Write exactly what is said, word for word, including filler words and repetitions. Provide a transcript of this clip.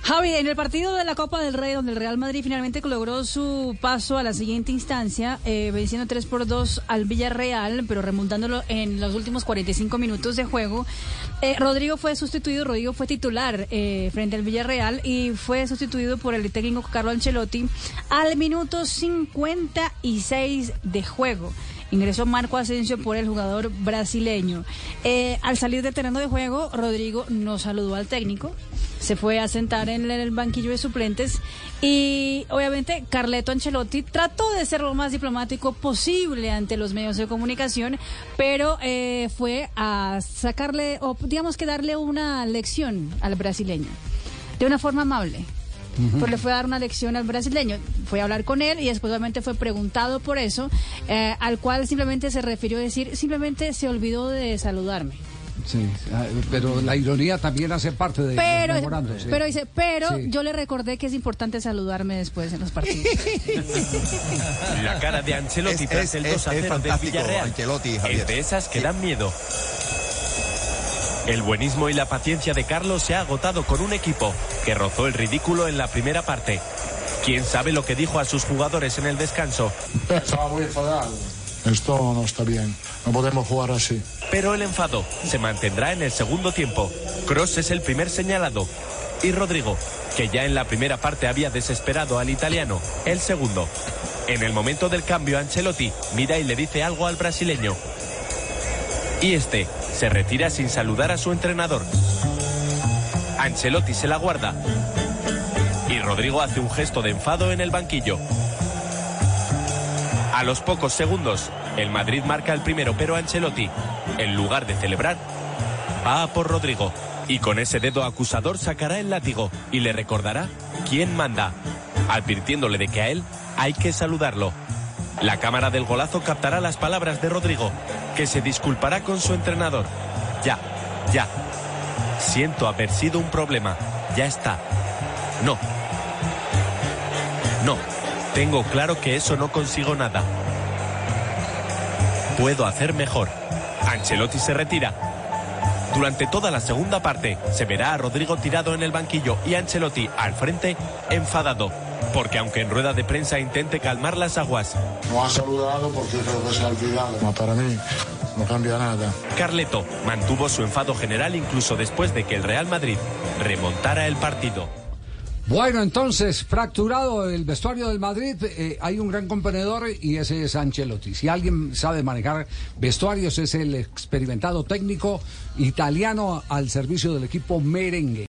Javi, en el partido de la Copa del Rey, donde el Real Madrid finalmente logró su paso a la siguiente instancia, eh, venciendo tres por dos al Villarreal, pero remontándolo en los últimos cuarenta y cinco minutos de juego, eh, Rodrigo fue sustituido, Rodrigo fue titular eh, frente al Villarreal y fue sustituido por el técnico Carlo Ancelotti al minuto cincuenta y seis de juego. Ingresó Marco Asensio por el jugador brasileño. Eh, al salir del terreno de juego, Rodrigo no saludó al técnico, se fue a sentar en el banquillo de suplentes y obviamente Carleto Ancelotti trató de ser lo más diplomático posible ante los medios de comunicación, pero eh, fue a sacarle, o digamos que darle una lección al brasileño, de una forma amable. Uh-huh. Pues le fue a dar una lección al brasileño, fue a hablar con él y después obviamente fue preguntado por eso, eh, al cual simplemente se refirió a decir, simplemente se olvidó de saludarme. Sí, pero la ironía también hace parte de pero, los memorandos, sí. Pero dice, pero sí. Yo le recordé que es importante saludarme después en los partidos. La cara de Ancelotti es, tras es, el dos a cero del Villarreal Ancelotti, es de esas que sí. dan miedo. El buenismo y la paciencia de Carlos se ha agotado con un equipo que rozó el ridículo en la primera parte. ¿Quién sabe lo que dijo a sus jugadores en el descanso? Estaba muy enfadado. Esto no está bien, no podemos jugar así. Pero el enfado se mantendrá en el segundo tiempo. Kroos es el primer señalado y Rodrigo, que ya en la primera parte había desesperado al italiano, el segundo. En el momento del cambio, Ancelotti mira y le dice algo al brasileño. Y este se retira sin saludar a su entrenador. Ancelotti se la guarda y Rodrigo hace un gesto de enfado en el banquillo. A los pocos segundos, el Madrid marca el primero, pero Ancelotti, en lugar de celebrar, va a por Rodrigo y con ese dedo acusador sacará el látigo y le recordará quién manda, advirtiéndole de que a él hay que saludarlo. La cámara del golazo captará las palabras de Rodrigo, que se disculpará con su entrenador. Ya, ya. Siento haber sido un problema. Ya está. No. No. Tengo claro que eso no consigo nada. Puedo hacer mejor. Ancelotti se retira. Durante toda la segunda parte se verá a Rodrigo tirado en el banquillo y Ancelotti al frente enfadado. Porque aunque en rueda de prensa intente calmar las aguas, no ha saludado porque creo que se ha olvidado. No, para mí no cambia nada. Carleto mantuvo su enfado general incluso después de que el Real Madrid remontara el partido. Bueno, entonces, fracturado el vestuario del Madrid, eh, hay un gran componedor y ese es Ancelotti. Si alguien sabe manejar vestuarios es el experimentado técnico italiano al servicio del equipo merengue.